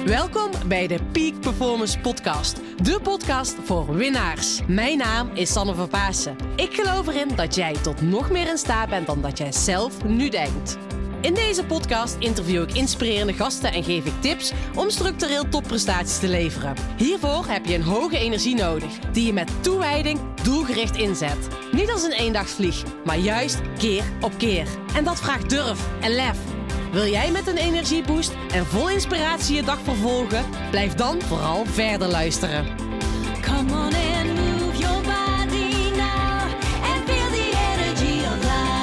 Welkom bij de Peak Performance Podcast. De podcast voor winnaars. Mijn naam is Sanne van Paassen. Ik geloof erin dat jij tot nog meer in staat bent dan dat jij zelf nu denkt. In deze podcast interview ik inspirerende gasten en geef ik tips om structureel topprestaties te leveren. Hiervoor heb je een hoge energie nodig, die je met toewijding doelgericht inzet. Niet als een eendagsvlieg, maar juist keer op keer. En dat vraagt durf en lef. Wil jij met een energieboost en vol inspiratie je dag vervolgen? Blijf dan vooral verder luisteren. Come on and move your body now and feel the energy of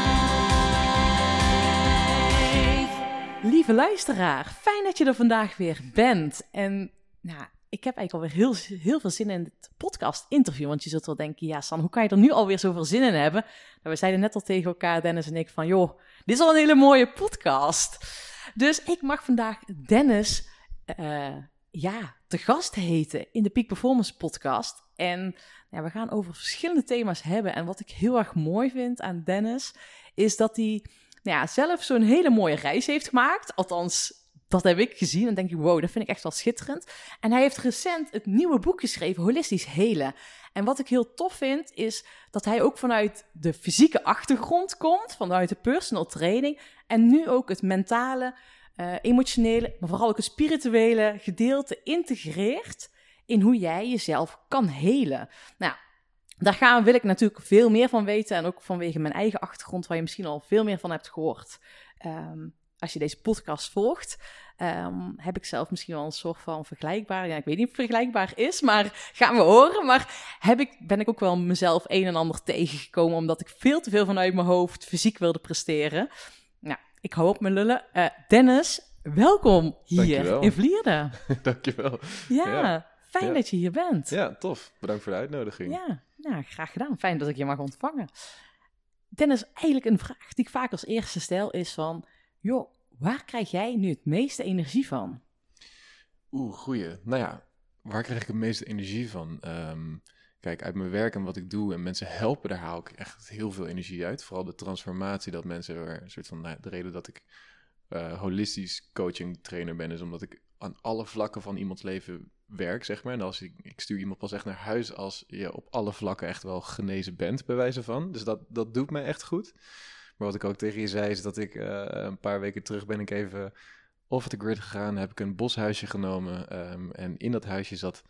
life. Lieve luisteraar, fijn dat je er vandaag weer bent. En ik heb eigenlijk alweer heel veel zin in dit podcast interview. Want je zult wel denken, ja San, hoe kan je er nu alweer zoveel zin in hebben? We zeiden net al tegen elkaar, Dennis en ik, van joh, dit is al een hele mooie podcast. Dus ik mag vandaag Dennis te gast heten in de Peak Performance podcast. En we gaan over verschillende thema's hebben. En wat ik heel erg mooi vind aan Dennis, is dat hij zelf zo'n hele mooie reis heeft gemaakt. Althans, dat heb ik gezien en denk ik, wow, dat vind ik echt wel schitterend. En hij heeft recent het nieuwe boek geschreven, Holistisch Helen. En wat ik heel tof vind, is dat hij ook vanuit de fysieke achtergrond komt, vanuit de personal training. En nu ook het mentale, emotionele, maar vooral ook het spirituele gedeelte integreert in hoe jij jezelf kan helen. Nou, daar wil ik natuurlijk veel meer van weten. En ook vanwege mijn eigen achtergrond, waar je misschien al veel meer van hebt gehoord. Als je deze podcast volgt, heb ik zelf misschien wel een soort van vergelijkbaar. Ja, ik weet niet of het vergelijkbaar is, maar gaan we horen. Maar ben ik ook wel mezelf een en ander tegengekomen, omdat ik veel te veel vanuit mijn hoofd fysiek wilde presteren. Nou, ik hou op mijn lullen. Dennis, welkom hier Dankjewel. in Vlieren. Dankjewel. Ja, fijn dat je hier bent. Ja, tof. Bedankt voor de uitnodiging. Ja, graag gedaan. Fijn dat ik je mag ontvangen. Dennis, eigenlijk een vraag die ik vaak als eerste stel is van, joh, waar krijg jij nu het meeste energie van? Goeie. Waar krijg ik het meeste energie van? Kijk, uit mijn werk en wat ik doe en mensen helpen, daar haal ik echt heel veel energie uit. Vooral de transformatie dat mensen een soort van, de reden dat ik holistisch coaching trainer ben, is omdat ik aan alle vlakken van iemands leven werk, zeg maar. En als ik stuur iemand pas echt naar huis als je op alle vlakken echt wel genezen bent, bij wijze van. Dus dat doet mij echt goed. Maar wat ik ook tegen je zei, is dat ik een paar weken terug ben ik even off the grid gegaan. Heb ik een boshuisje genomen. En in dat huisje zat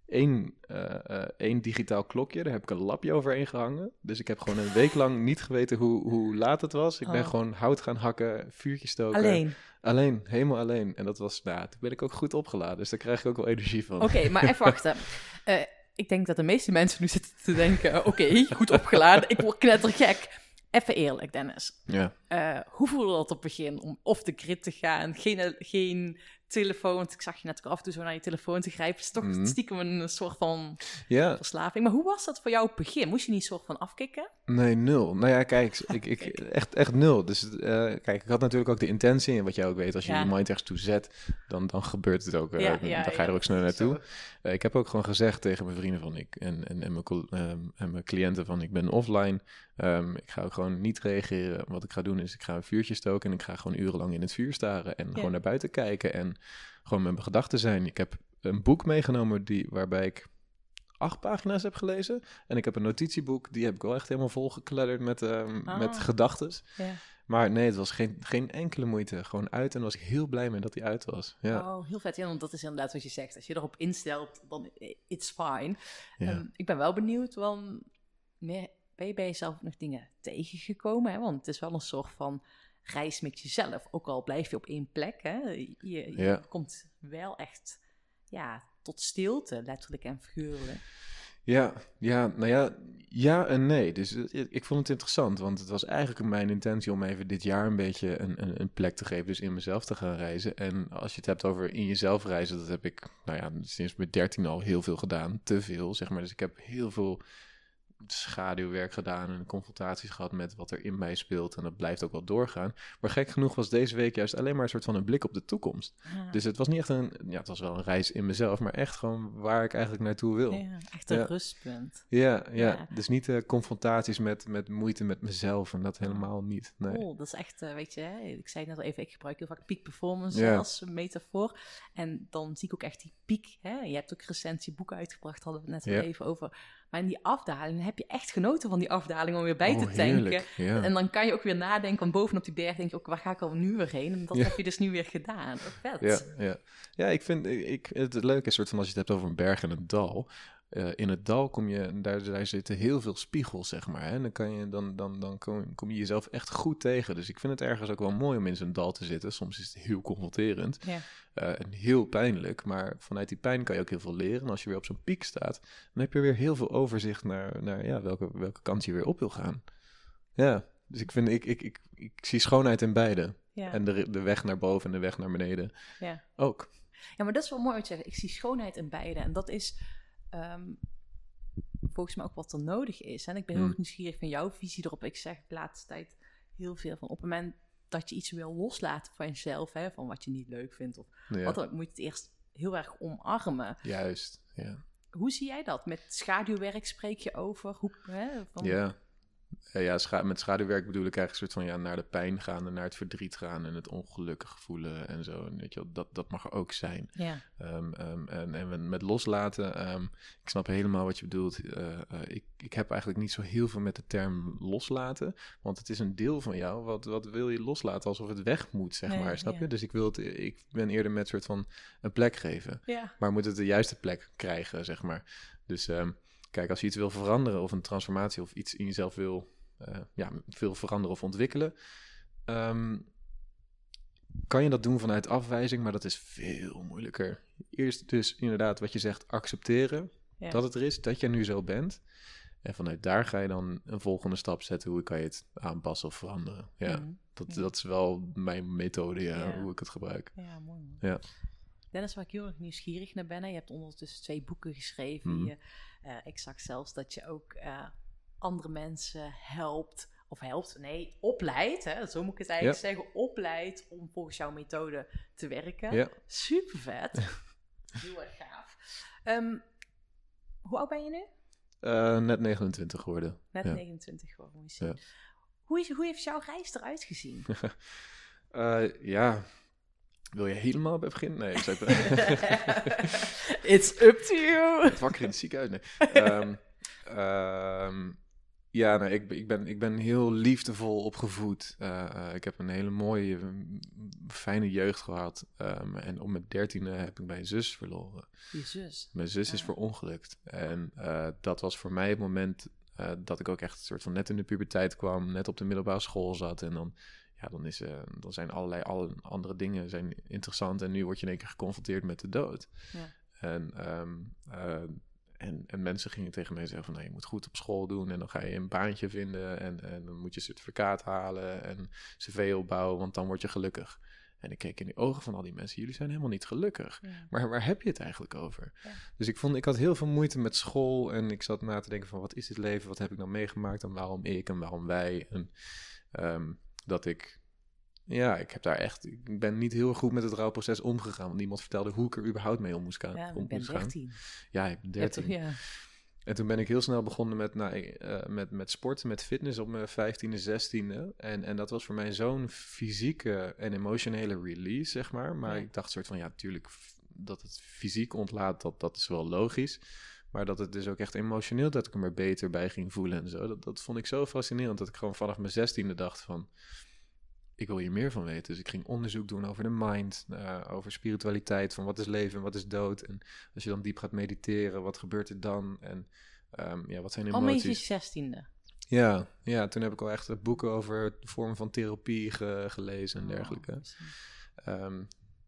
één digitaal klokje. Daar heb ik een lapje overheen gehangen. Dus ik heb gewoon een week lang niet geweten hoe laat het was. Ik ben gewoon hout gaan hakken, vuurtje stoken. Alleen, helemaal alleen. En dat was, toen ben ik ook goed opgeladen. Dus daar krijg ik ook wel energie van. Oké, maar even wachten. Ik denk dat de meeste mensen nu zitten te denken, oké, goed opgeladen. Ik word knettergek. Even eerlijk, Dennis. Ja. Hoe voelde dat op het begin om off the grid te gaan? Geen telefoon. Want ik zag je net ook af en toe zo naar je telefoon te grijpen. Het is toch stiekem een soort van verslaving. Maar hoe was dat voor jou op het begin? Moest je niet soort van afkicken? Nee, nul. Kijk, ik echt nul. Dus kijk, ik had natuurlijk ook de intentie. En wat jij ook weet, als je je mind ergens toe zet, dan gebeurt het ook. Dan ga je er ook snel naartoe. Ik heb ook gewoon gezegd tegen mijn vrienden van en mijn cliënten van, ik ben offline. Ik ga ook gewoon niet reageren. Wat ik ga doen is, ik ga een vuurtje stoken en ik ga gewoon urenlang in het vuur staren en gewoon naar buiten kijken en gewoon met mijn gedachten zijn. Ik heb een boek meegenomen waarbij ik 8 pagina's heb gelezen. En ik heb een notitieboek, die heb ik wel echt helemaal volgekledderd met gedachtes. Ja. Maar nee, het was geen enkele moeite. Gewoon uit en was ik heel blij mee dat hij uit was. Ja. Oh, heel vet. Ja, want dat is inderdaad wat je zegt. Als je erop instelt, dan it's fine. Ja. Ik ben wel benieuwd, want ben je bij jezelf nog dingen tegengekomen? Hè? Want het is wel een soort van reis met jezelf. Ook al blijf je op één plek. Hè? Je komt wel echt tot stilte, letterlijk en figuurlijk. Ja en nee. Dus ik vond het interessant, want het was eigenlijk mijn intentie om even dit jaar een beetje een plek te geven, dus in mezelf te gaan reizen. En als je het hebt over in jezelf reizen, dat heb ik sinds mijn 13 al heel veel gedaan. Te veel, zeg maar. Dus ik heb heel veel schaduwwerk gedaan en confrontaties gehad met wat er in mij speelt. En dat blijft ook wel doorgaan. Maar gek genoeg was deze week juist alleen maar een soort van een blik op de toekomst. Dus het was niet echt het was wel een reis in mezelf, maar echt gewoon waar ik eigenlijk naartoe wil. Ja, echt een rustpunt. Ja. Dus niet confrontaties met moeite met mezelf en dat helemaal niet. Nee. Cool, dat is echt, weet je, ik zei het net al even, ik gebruik heel vaak peak performance als metafoor. En dan zie ik ook echt die piek. Hè? Je hebt ook recent je boek uitgebracht, hadden we het net al even over. Maar in die afdaling heb je echt genoten van die afdaling om weer bij te tanken. Ja. En dan kan je ook weer nadenken, want bovenop die berg denk je ook, waar ga ik al nu weer heen? En dat heb je dus nu weer gedaan. Vet. Ja, ik vind het leuke soort van als je het hebt over een berg en een dal. In het dal daar zitten heel veel spiegels, zeg maar. Hè? Dan kom je jezelf echt goed tegen. Dus ik vind het ergens ook wel mooi om in zo'n dal te zitten. Soms is het heel confronterend en heel pijnlijk. Maar vanuit die pijn kan je ook heel veel leren. En als je weer op zo'n piek staat, dan heb je weer heel veel overzicht naar welke kant je weer op wil gaan. Ja, dus ik zie schoonheid in beide. Ja. En de weg naar boven en de weg naar beneden ook. Ja, maar dat is wel mooi wat je zegt. Ik zie schoonheid in beide. En dat is volgens mij ook wat er nodig is. En ik ben heel nieuwsgierig van jouw visie erop. Ik zeg de laatste tijd heel veel van op het moment dat je iets wil loslaten van jezelf, hè, van wat je niet leuk vindt of wat dan, moet je het eerst heel erg omarmen. Juist, ja. Hoe zie jij dat? Met schaduwwerk spreek je over? Met schaduwwerk bedoel ik eigenlijk een soort van naar de pijn gaan en naar het verdriet gaan en het ongelukkig voelen en zo. En weet je wel, dat mag er ook zijn. Ja. En met loslaten, ik snap helemaal wat je bedoelt. Ik heb eigenlijk niet zo heel veel met de term loslaten, want het is een deel van jou. Wat wil je loslaten alsof het weg moet, zeg maar, snap je? Dus ik ben eerder met soort van een plek geven. Ja. Maar moet het de juiste plek krijgen, zeg maar. Dus kijk, als je iets wil veranderen of een transformatie of iets in jezelf wil veranderen of ontwikkelen, kan je dat doen vanuit afwijzing, maar dat is veel moeilijker. Eerst dus inderdaad wat je zegt, accepteren dat het er is, dat je nu zo bent. En vanuit daar ga je dan een volgende stap zetten, hoe kan je het aanpassen of veranderen. Dat is wel mijn methode, hoe ik het gebruik. Ja, mooi man. Ja. Dennis, waar ik heel erg nieuwsgierig naar ben. Je hebt ondertussen 2 boeken geschreven. Ik zag zelfs dat je ook andere mensen opleidt. Hè? Zo moet ik het eigenlijk zeggen. Opleidt om volgens jouw methode te werken. Ja. Super vet. Heel erg gaaf. Hoe oud ben je nu? Net 29 geworden. Net 29 geworden, moet je zien. Hoe heeft jouw reis eruit gezien? Wil je helemaal bij beginnen? Nee, It's up to you. Wakker in het ziekenhuis. Ik ben heel liefdevol opgevoed. Ik heb een hele mooie, fijne jeugd gehad. En op mijn 13e heb ik mijn zus verloren. Je zus? Mijn zus is verongelukt. En dat was voor mij het moment dat ik ook echt een soort van net in de puberteit kwam. Net op de middelbare school zat. En dan zijn allerlei andere dingen zijn interessant. En nu word je in één keer geconfronteerd met de dood. Ja. En mensen gingen tegen mij zeggen van, je moet goed op school doen en dan ga je een baantje vinden en dan moet je certificaat halen en cv opbouwen, want dan word je gelukkig. En ik keek in de ogen van al die mensen, jullie zijn helemaal niet gelukkig. Ja. Maar waar heb je het eigenlijk over? Ja. Dus ik had heel veel moeite met school en ik zat na te denken van, wat is dit leven? Wat heb ik nou meegemaakt en waarom ik en waarom wij? En ik ben niet heel goed met het rouwproces omgegaan. Want niemand vertelde hoe ik er überhaupt mee om moest gaan. Ja, ik ben 13. Ja, ik ben 13. Ja. En toen ben ik heel snel begonnen met sporten, met fitness op mijn 15e, 16e. En dat was voor mij zo'n fysieke en emotionele release, zeg maar. Maar ik dacht soort van, natuurlijk, dat het fysiek ontlaat, dat is wel logisch. Maar dat het dus ook echt emotioneel, dat ik er me beter bij ging voelen en zo. Dat vond ik zo fascinerend, dat ik gewoon vanaf mijn 16e dacht van, ik wil hier meer van weten. Dus ik ging onderzoek doen over de mind, over spiritualiteit, van wat is leven en wat is dood. En als je dan diep gaat mediteren, wat gebeurt er dan? En wat zijn emoties? Al met je 16e? Ja, toen heb ik al echt boeken over de vorm van therapie gelezen en dergelijke.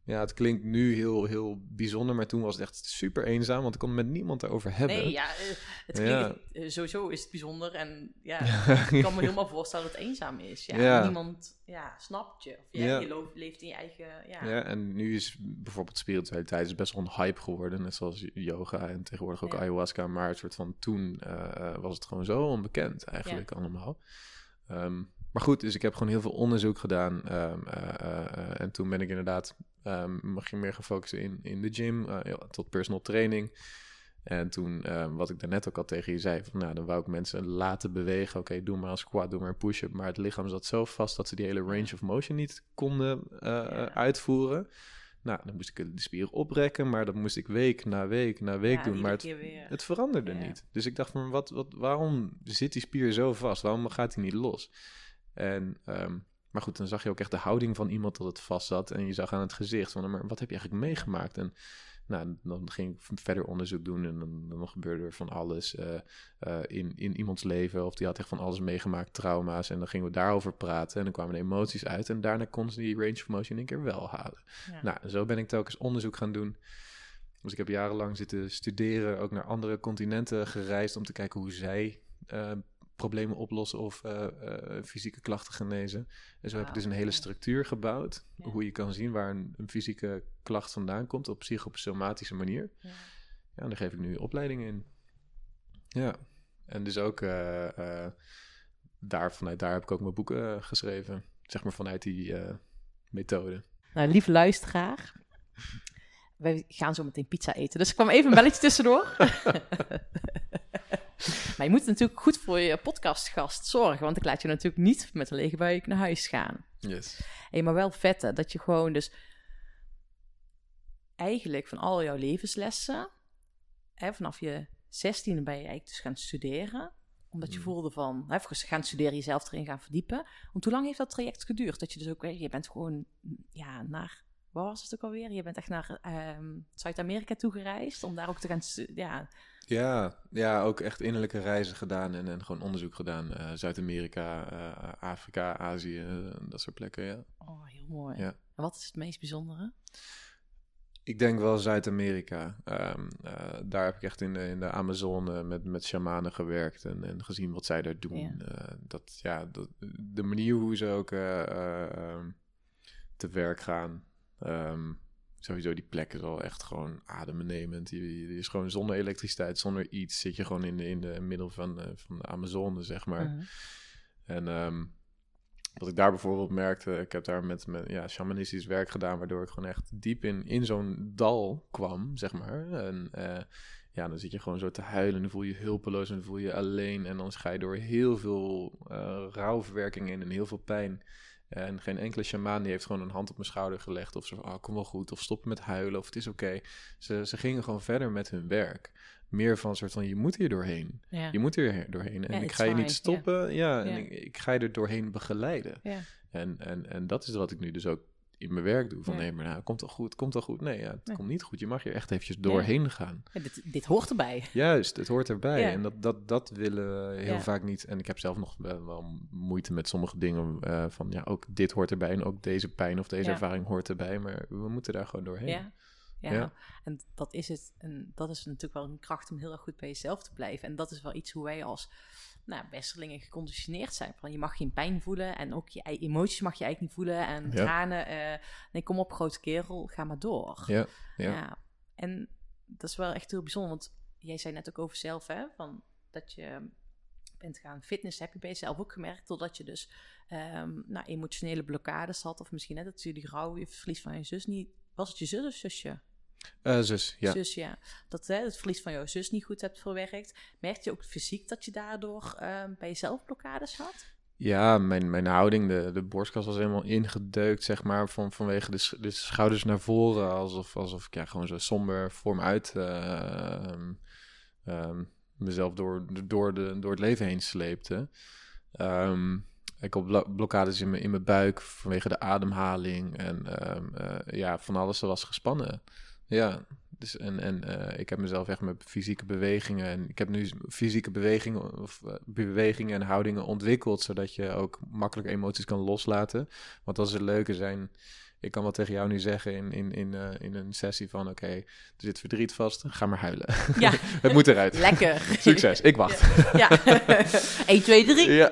Ja, het klinkt nu heel, heel bijzonder, maar toen was het echt super eenzaam, want ik kon het met niemand erover hebben. Nee, ja, het klinkt, sowieso is het bijzonder en ja, ik kan me helemaal voorstellen dat het eenzaam is. Ja. Niemand snapt je. Of je leeft in je eigen... Ja, en nu is bijvoorbeeld spiritualiteit is best wel een hype geworden, net zoals yoga en tegenwoordig ook ayahuasca, maar het soort van toen was het gewoon zo onbekend eigenlijk allemaal. Maar goed, dus ik heb gewoon heel veel onderzoek gedaan en toen ben ik inderdaad ging meer gaan focussen in de gym, tot personal training. En toen, wat ik daarnet ook al tegen je zei, van, dan wou ik mensen laten bewegen. Oké, doe maar een squat, doe maar een push-up. Maar het lichaam zat zo vast dat ze die hele range of motion niet konden uitvoeren. Nou, dan moest ik de spieren oprekken, maar dat moest ik week na week doen. Maar het veranderde niet. Dus ik dacht van, waarom zit die spier zo vast? Waarom gaat hij niet los? En... maar goed, dan zag je ook echt de houding van iemand dat het vast zat. En je zag aan het gezicht van, maar wat heb je eigenlijk meegemaakt? En dan ging ik verder onderzoek doen en dan gebeurde er van alles in iemands leven. Of die had echt van alles meegemaakt, trauma's. En dan gingen we daarover praten en dan kwamen de emoties uit. En daarna konden ze die range of motion in één keer wel halen. Ja. Nou, zo ben ik telkens onderzoek gaan doen. Dus ik heb jarenlang zitten studeren, ook naar andere continenten gereisd om te kijken hoe zij... problemen oplossen of fysieke klachten genezen. En zo heb ik dus een hele structuur gebouwd. Ja. Hoe je kan zien waar een fysieke klacht vandaan komt op psychosomatische manier. Ja. En daar geef ik nu opleidingen in. Ja. En dus ook vanuit daar heb ik ook mijn boeken geschreven. Zeg maar vanuit die methode. Nou, lieve luisteraar. Wij gaan zo meteen pizza eten. Dus ik kwam even een belletje tussendoor. Maar je moet natuurlijk goed voor je podcastgast zorgen, want ik laat je natuurlijk niet met een lege buik naar huis gaan. Yes. Hey, maar wel vette, dat je gewoon dus eigenlijk van al jouw levenslessen, vanaf je 16e ben je eigenlijk dus gaan studeren, omdat je voelde van, gaan studeren, jezelf erin gaan verdiepen. Want hoe lang heeft dat traject geduurd? Dat je dus ook, je bent gewoon naar... Waar was het ook alweer? Je bent echt naar Zuid-Amerika toe gereisd om daar ook te gaan... Ja, ook echt innerlijke reizen gedaan en gewoon onderzoek gedaan. Zuid-Amerika, Afrika, Azië, dat soort plekken, ja. Oh, heel mooi. Ja. En wat is het meest bijzondere? Ik denk wel Zuid-Amerika. Daar heb ik echt in de Amazone met shamanen gewerkt en gezien wat zij daar doen. Ja. De manier hoe ze ook te werk gaan... sowieso die plek is al echt gewoon adembenemend. Je is gewoon zonder elektriciteit, zonder iets, zit je gewoon in de middel van de Amazone, zeg maar. Uh-huh. En wat ik daar bijvoorbeeld merkte, ik heb daar met shamanistisch werk gedaan, waardoor ik gewoon echt diep in zo'n dal kwam, zeg maar. En dan zit je gewoon zo te huilen en dan voel je hulpeloos en dan voel je alleen. En dan ga je door heel veel rouwverwerking in en heel veel pijn. En geen enkele shamaan die heeft gewoon een hand op mijn schouder gelegd. Of zo, kom wel goed. Of stop met huilen. Of het is oké. Ze gingen gewoon verder met hun werk. Meer van een soort van, je moet hier doorheen. Ja. Je moet hier doorheen. En ik ga je niet stoppen. Ja, en ik ga je er doorheen begeleiden. Ja. En dat is wat ik nu dus ook in mijn werk doe. Van nee, maar komt al goed. Nee, het komt niet goed. Je mag hier echt eventjes doorheen gaan. Ja, dit hoort erbij. Juist, het hoort erbij. Ja. En dat willen we heel vaak niet. En ik heb zelf nog wel moeite met sommige dingen. Van ook dit hoort erbij. En ook deze pijn of deze ervaring hoort erbij. Maar we moeten daar gewoon doorheen. Ja, en dat is het. En dat is natuurlijk wel een kracht om heel erg goed bij jezelf te blijven. En dat is wel iets hoe wij als westerlingen geconditioneerd zijn. Van je mag geen pijn voelen en ook je emoties mag je eigenlijk niet voelen. En tranen, nee, kom op grote kerel, ga maar door. Ja. En dat is wel echt heel bijzonder, want jij zei net ook over zelf, hè, van dat je bent gaan fitnessen, heb je bij jezelf ook gemerkt, totdat je dus emotionele blokkades had, of misschien net dat jullie rouw, je verlies van je zus niet. Was het je zus of zusje? Zus, ja. Zus, ja. Dat het verlies van jouw zus niet goed hebt verwerkt. Merkte je ook fysiek dat je daardoor bij jezelf blokkades had? Ja, mijn houding, de borstkas was helemaal ingedeukt, zeg maar, vanwege de schouders naar voren. Alsof ik gewoon zo somber voor me uit mezelf door het leven heen sleepte. Ik had blokkades in mijn buik vanwege de ademhaling. En van alles was gespannen. Ja, dus ik heb mezelf echt met fysieke bewegingen... En ik heb nu fysieke bewegingen en houdingen ontwikkeld... zodat je ook makkelijk emoties kan loslaten. Want dat is het leuke zijn... ik kan wel tegen jou nu zeggen in een sessie van... Oké, er zit verdriet vast, ga maar huilen. Ja. Het moet eruit. Lekker. Succes, ik wacht. Ja. 1, 2, 3. Ja.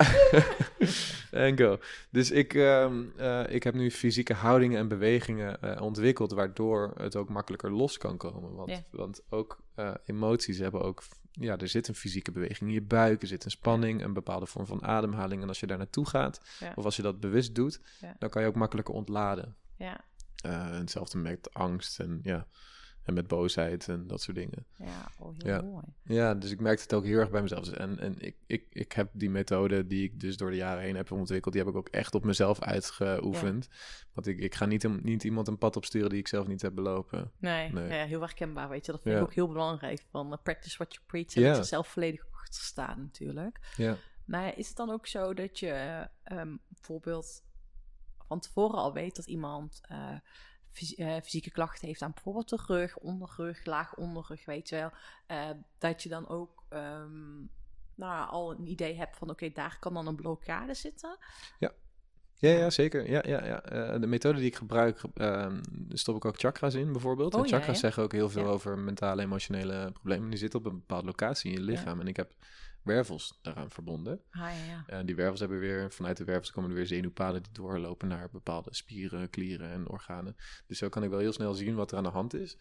En go. Dus ik heb nu fysieke houdingen en bewegingen ontwikkeld... waardoor het ook makkelijker los kan komen. Want ook emoties hebben ook... Ja, er zit een fysieke beweging in je buik, er zit een spanning, een bepaalde vorm van ademhaling. En als je daar naartoe gaat, of als je dat bewust doet, dan kan je ook makkelijker ontladen. Ja. En hetzelfde met angst en met boosheid en dat soort dingen. Ja, heel mooi. Ja, dus ik merkte het ook heel erg bij mezelf. En ik heb die methode die ik dus door de jaren heen heb ontwikkeld, die heb ik ook echt op mezelf uitgeoefend. Ja. Want ik ga niet iemand een pad opsturen die ik zelf niet heb belopen. Nee. Ja, heel herkenbaar, weet je. Dat vind ik ook heel belangrijk. Van practice what you preach. En dat je zelf volledig achter staat natuurlijk. Ja. Maar is het dan ook zo dat je bijvoorbeeld van tevoren al weet dat iemand... fysieke klachten heeft aan bijvoorbeeld de rug, onderrug, laag onderrug, weet je wel. Dat je dan ook al een idee hebt van oké, daar kan dan een blokkade zitten. Ja, zeker. Ja. De methode die ik gebruik, stop ik ook chakra's in bijvoorbeeld. En chakra's zeggen ook heel veel over mentale, emotionele problemen. Die zitten op een bepaalde locatie in je lichaam. En ik heb wervels daaraan verbonden. Die wervels hebben weer, vanuit de wervels komen er weer zenuwpaden die doorlopen naar bepaalde spieren, klieren en organen. Dus zo kan ik wel heel snel zien wat er aan de hand is.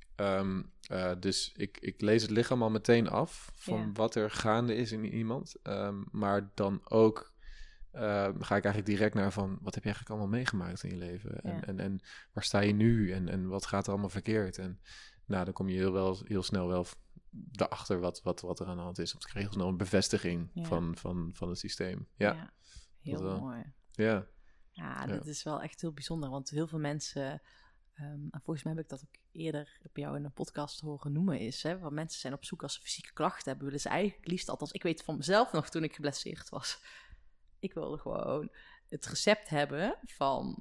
Dus ik lees het lichaam al meteen af van wat er gaande is in iemand. Maar dan ook ga ik eigenlijk direct naar van wat heb je eigenlijk allemaal meegemaakt in je leven? En waar sta je nu? En wat gaat er allemaal verkeerd? En dan kom je heel snel wel daarachter wat er aan de hand is. Of ik krijg heel snel een bevestiging van het systeem. Ja, heel mooi. Ja, dat is wel echt heel bijzonder. Want heel veel mensen... en volgens mij heb ik dat ook eerder bij jou in een podcast horen noemen is. Want mensen zijn op zoek als ze fysieke klachten hebben. Willen ze eigenlijk liefst, althans ik weet van mezelf nog toen ik geblesseerd was. Ik wilde gewoon het recept hebben van,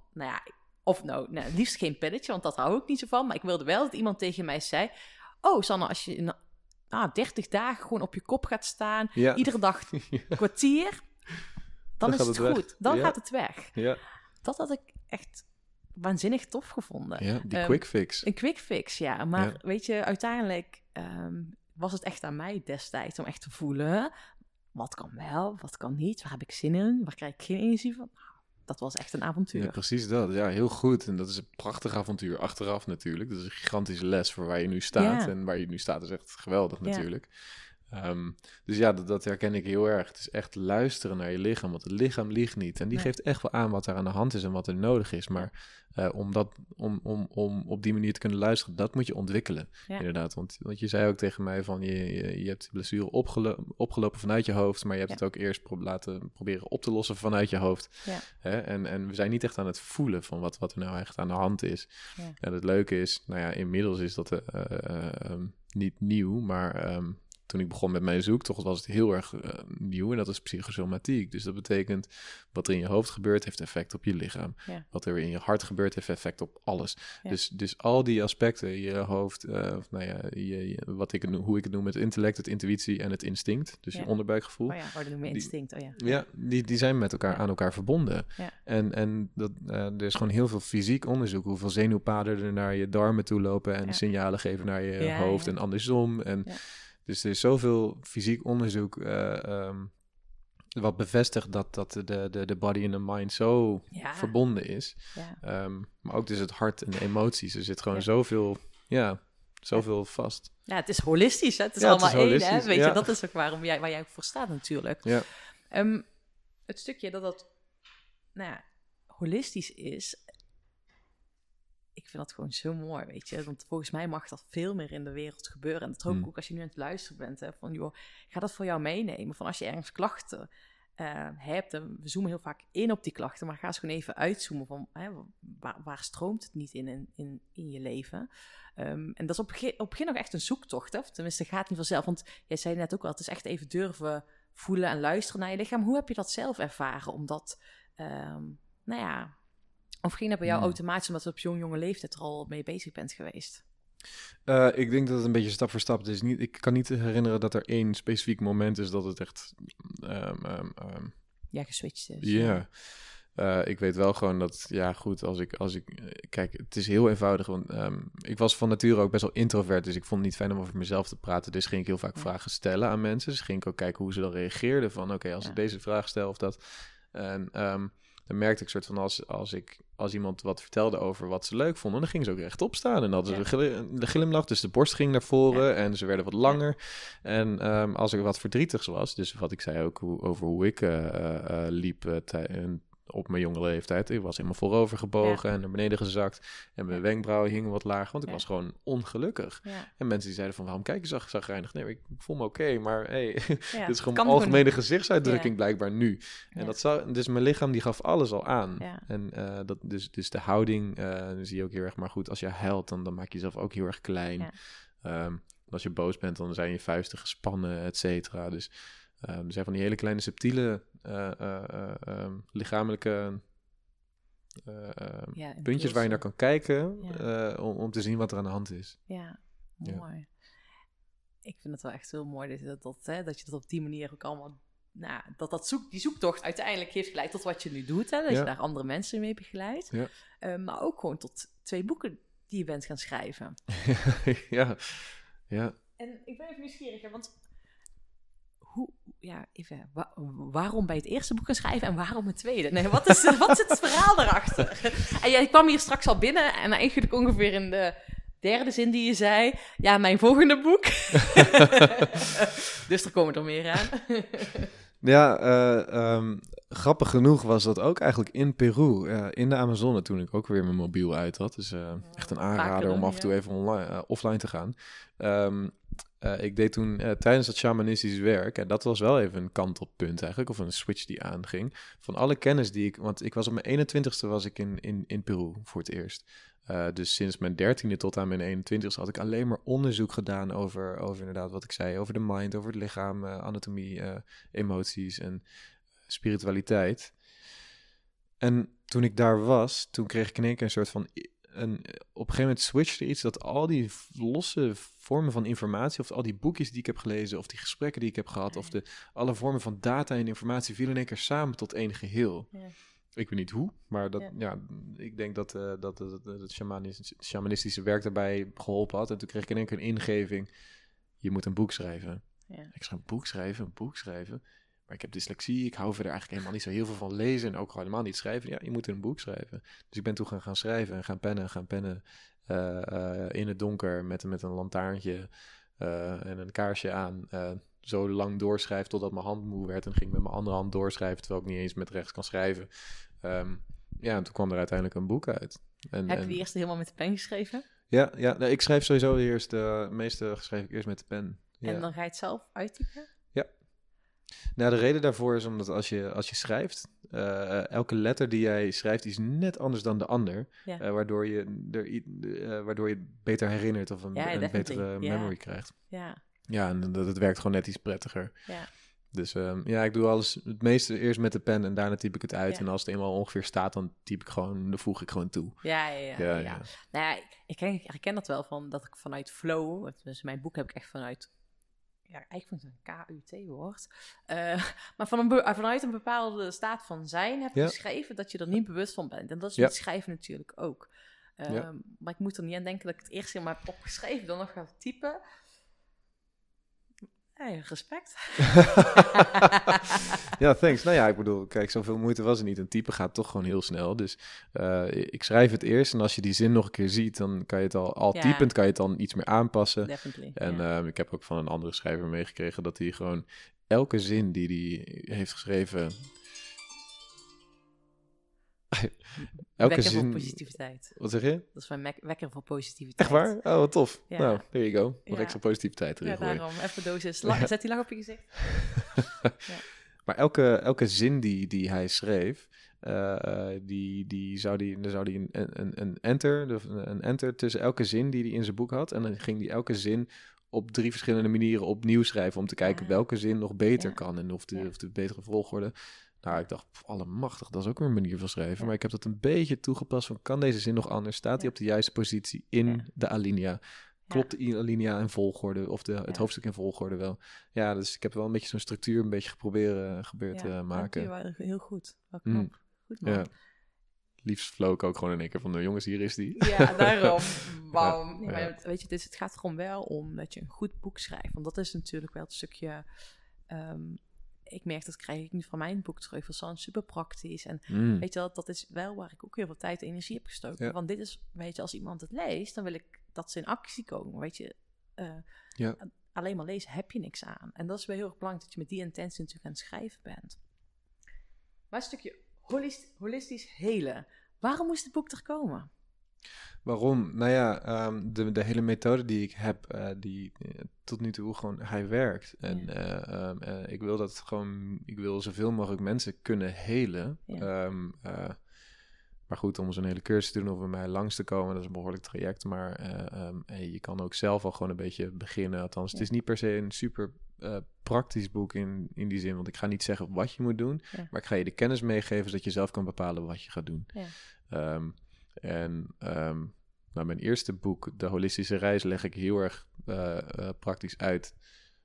liefst geen pilletje, want dat hou ik niet zo van. Maar ik wilde wel dat iemand tegen mij zei, oh Sanne, als je 30 dagen gewoon op je kop gaat staan, iedere dag een kwartier, dan is het goed. Dan gaat het weg. Ja. Dat had ik echt waanzinnig tof gevonden. Ja, die quick fix. Een quick fix, ja. Maar weet je, uiteindelijk was het echt aan mij destijds om echt te voelen... Wat kan wel, wat kan niet? Waar heb ik zin in? Waar krijg ik geen energie van? Dat was echt een avontuur. Ja, precies dat. Ja, heel goed. En dat is een prachtig avontuur achteraf natuurlijk. Dat is een gigantische les voor waar je nu staat. Ja. En waar je nu staat is echt geweldig natuurlijk. Dus ja, dat herken ik heel erg. Het is echt luisteren naar je lichaam, want het lichaam liegt niet. En die geeft echt wel aan wat er aan de hand is en wat er nodig is. Maar om op die manier te kunnen luisteren, dat moet je ontwikkelen. Ja. Inderdaad, want je zei ook tegen mij van je hebt de blessure opgelopen vanuit je hoofd, maar je hebt het ook eerst proberen op te lossen vanuit je hoofd. Ja. En we zijn niet echt aan het voelen van wat er nou echt aan de hand is. Ja. En het leuke is, inmiddels is dat niet nieuw, maar... Toen ik begon met mijn zoektocht was het heel erg nieuw en dat is psychosomatiek. Dus dat betekent wat er in je hoofd gebeurt heeft effect op je lichaam. Ja. Wat er in je hart gebeurt heeft effect op alles. Ja. Dus al die aspecten, je hoofd, hoe ik het noem, het intellect, het intuïtie en het instinct. Dus je onderbuikgevoel. Dat noemen we instinct. Die zijn met elkaar aan elkaar verbonden. Ja. En er is gewoon heel veel fysiek onderzoek. Hoeveel zenuwpaden er naar je darmen toe lopen en signalen geven naar je hoofd en andersom. Dus er is zoveel fysiek onderzoek wat bevestigt dat de body en de mind zo verbonden is. Ja. Maar ook dus het hart en de emoties. Er zit gewoon zoveel vast. Ja, het is holistisch. Hè? Het is allemaal één. Hè? Weet je, dat is ook waar jij voor staat natuurlijk. Ja. Het stukje dat holistisch is... Ik vind dat gewoon zo mooi, weet je. Want volgens mij mag dat veel meer in de wereld gebeuren. En dat hoop ik ook als je nu aan het luisteren bent. Hè, van, joh, ga dat voor jou meenemen. Van als je ergens klachten hebt. En we zoomen heel vaak in op die klachten. Maar ga eens gewoon even uitzoomen van waar stroomt het niet in je leven. En dat is op het begin nog echt een zoektocht. Hè? Of tenminste, gaat niet vanzelf. Want jij zei net ook al, het is echt even durven voelen en luisteren naar je lichaam. Hoe heb je dat zelf ervaren? Omdat, of ging dat bij jou automatisch omdat je op zo'n jonge leeftijd er al mee bezig bent geweest? Ik denk dat het een beetje stap voor stap is. Ik kan niet herinneren dat er één specifiek moment is dat het echt... geswitcht is. Ja. Ik weet wel gewoon dat, ja goed, als ik kijk, het is heel eenvoudig, want ik was van nature ook best wel introvert, dus ik vond het niet fijn om over mezelf te praten, dus ging ik heel vaak vragen stellen aan mensen, dus ging ik ook kijken hoe ze dan reageerden, van oké, als ik deze vraag stel of dat, en dan merkte ik soort van als iemand wat vertelde over wat ze leuk vonden, dan gingen ze ook rechtop staan en hadden ze de glimlach, dus de borst ging naar voren en ze werden wat langer. En als er wat verdrietigs was, dus wat ik zei ook over hoe ik liep op mijn jonge leeftijd. Ik was helemaal voorover gebogen en naar beneden gezakt. En mijn wenkbrauwen hingen wat laag, want ik was gewoon ongelukkig. Ja. En mensen die zeiden van, waarom kijk je zagrijnig? Nee, ik voel me oké, maar hey, dit is gewoon mijn algemene gezichtsuitdrukking blijkbaar nu. En dus mijn lichaam die gaf alles al aan. Ja. En dus de houding zie je ook heel erg. Maar goed, als je huilt, dan maak je jezelf ook heel erg klein. Ja. Als je boos bent, dan zijn je vuisten gespannen, et cetera. Dus er zijn van die hele kleine subtiele lichamelijke puntjes waar je naar kan kijken om te zien wat er aan de hand is. Ja, mooi. Ja. Ik vind het wel echt heel mooi dat je dat op die manier ook allemaal... Nou, die zoektocht uiteindelijk heeft geleid tot wat je nu doet. Hè? Dat je daar andere mensen mee begeleidt. Ja. Maar ook gewoon tot 2 boeken die je bent gaan schrijven. Ja. En ik ben even nieuwsgierig, hè, want... waarom bij het eerste boek gaan schrijven en waarom het tweede? Nee, wat is het verhaal daarachter? En jij kwam hier straks al binnen en eigenlijk ongeveer in de 3e zin die je zei, ja, mijn volgende boek. Dus er komen er meer aan. Ja, grappig genoeg was dat ook eigenlijk in Peru, in de Amazone, toen ik ook weer mijn mobiel uit had. Dus echt een aanrader om af en toe even offline te gaan. Ik deed toen tijdens dat shamanistisch werk, en dat was wel even een kantelpunt eigenlijk, of een switch die aanging, van alle kennis die want ik was op mijn 21ste was ik in Peru voor het eerst. Dus sinds mijn 13e tot aan mijn 21ste had ik alleen maar onderzoek gedaan over inderdaad wat ik zei, over de mind, over het lichaam, anatomie, emoties en spiritualiteit. En toen ik daar was, toen kreeg ik in één keer een soort van... op een gegeven moment switchte iets dat al die losse vormen van informatie, of al die boekjes die ik heb gelezen, of die gesprekken die ik heb gehad, of alle vormen van data en informatie vielen in één keer samen tot één geheel. Ja. Ik weet niet hoe, maar ik denk dat het shamanistische werk daarbij geholpen had. En toen kreeg ik in één keer een ingeving, je moet een boek schrijven. Ja. Ik schrijf een boek schrijven. Maar ik heb dyslexie, ik hou verder eigenlijk helemaal niet zo heel veel van lezen en ook helemaal niet schrijven. Ja, je moet een boek schrijven. Dus ik ben toen gaan schrijven en gaan pennen in het donker met een lantaarntje en een kaarsje aan. Zo lang doorschrijven totdat mijn hand moe werd en ging ik met mijn andere hand doorschrijven terwijl ik niet eens met rechts kan schrijven. En toen kwam er uiteindelijk een boek uit. Heb je die eerst helemaal met de pen geschreven? Ja, nee, ik schrijf sowieso eerst, de meeste schrijf ik eerst met de pen. Ja. En dan ga je het zelf uittypen? Ja. Nou, de reden daarvoor is omdat als je schrijft, elke letter die jij schrijft is net anders dan de ander. Ja. Waardoor je beter herinnert of een betere memory krijgt. Ja, en dat werkt gewoon net iets prettiger. Ja. Dus ik doe alles het meeste eerst met de pen en daarna typ ik het uit. Ja. En als het eenmaal ongeveer staat, dan voeg ik gewoon toe. Ja. Nou ja, ik herken dat wel van dat ik vanuit flow, dus mijn boek heb ik echt vanuit... Ja, eigenlijk vind ik een KUT-woord. Maar vanuit een bepaalde staat van zijn heb je geschreven dat je er niet bewust van bent. En dat is met schrijven natuurlijk ook. Maar ik moet er niet aan denken dat ik het eerst helemaal heb opgeschreven, dan nog ga typen. Hey, respect. Ja, thanks. Nou ja, ik bedoel, kijk, zoveel moeite was er niet. Een typen gaat toch gewoon heel snel. Dus ik schrijf het eerst en als je die zin nog een keer ziet, dan kan je het al typend kan je het dan iets meer aanpassen. Definitely. En ik heb ook van een andere schrijver meegekregen dat hij gewoon elke zin die hij heeft geschreven... Wekker voor positiviteit. Wat zeg je? Dat is mijn wekker voor positiviteit. Echt waar? Oh, wat tof. Ja. Nou, there you go. Nog extra positiviteit erin gooien. Ja, daarom. Even dosis. Zet die lach op je gezicht. Maar elke zin die hij schreef, die zou die een enter tussen elke zin die hij in zijn boek had. En dan ging hij elke zin op 3 verschillende manieren opnieuw schrijven om te kijken welke zin nog beter kan en of de betere volgorde. Nou, ik dacht, allemachtig, dat is ook weer een manier van schrijven. Ja. Maar ik heb dat een beetje toegepast van, kan deze zin nog anders? Staat hij op de juiste positie in de alinea? Klopt de alinea in volgorde of het hoofdstuk in volgorde wel? Ja, dus ik heb wel een beetje zo'n structuur een beetje geprobeerd te maken. Ja, heel goed. Wel knap. Goed man. Ja. Liefst flow ik ook gewoon in één keer van de jongens, hier is die. Ja, daarom. Wauw. Ja, Nee, maar weet je, het gaat erom wel om dat je een goed boek schrijft. Want dat is natuurlijk wel het stukje... ik merk, dat krijg ik nu van mijn boek terug. Van San, super praktisch. En weet je wel, dat is wel waar ik ook heel veel tijd en energie heb gestoken. Ja. Want dit is, weet je, als iemand het leest, dan wil ik dat ze in actie komen. Weet je, alleen maar lezen heb je niks aan. En dat is wel heel erg belangrijk, dat je met die intentie natuurlijk aan het schrijven bent. Maar een stukje holistisch helen. Waarom moest het boek er komen? Waarom? Nou ja, de hele methode die ik heb, die tot nu toe gewoon, hij werkt. En ik wil dat gewoon, ik wil zoveel mogelijk mensen kunnen helen. Ja. Maar goed, om zo'n hele cursus te doen of bij mij langs te komen, dat is een behoorlijk traject. Maar je kan ook zelf al gewoon een beetje beginnen. Althans, het is niet per se een super praktisch boek in die zin. Want ik ga niet zeggen wat je moet doen. Ja. Maar ik ga je de kennis meegeven, zodat je zelf kan bepalen wat je gaat doen. Ja. Nou, mijn eerste boek, De Holistische Reis, leg ik heel erg praktisch uit.